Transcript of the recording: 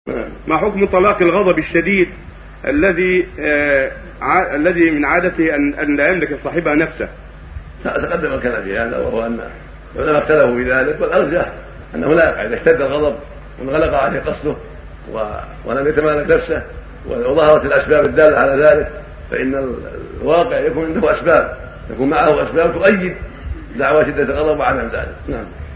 ما حكم طلاق الغضب الشديد الذي من عادته أن لا يملك صاحبها نفسه؟ تقدم الكلام في هذا، وهو أن العلماء اختلفوا في ذلك، والأرجح أنه لا يقع إذا اشتد الغضب وانغلق عليه قصده ولم يتمالك نفسه وظهرت الأسباب الدالة على ذلك، فإن الواقع يكون عنده أسباب، يكون معه أسباب تؤيد دعوى شدة الغضب وعدم ذلك. نعم.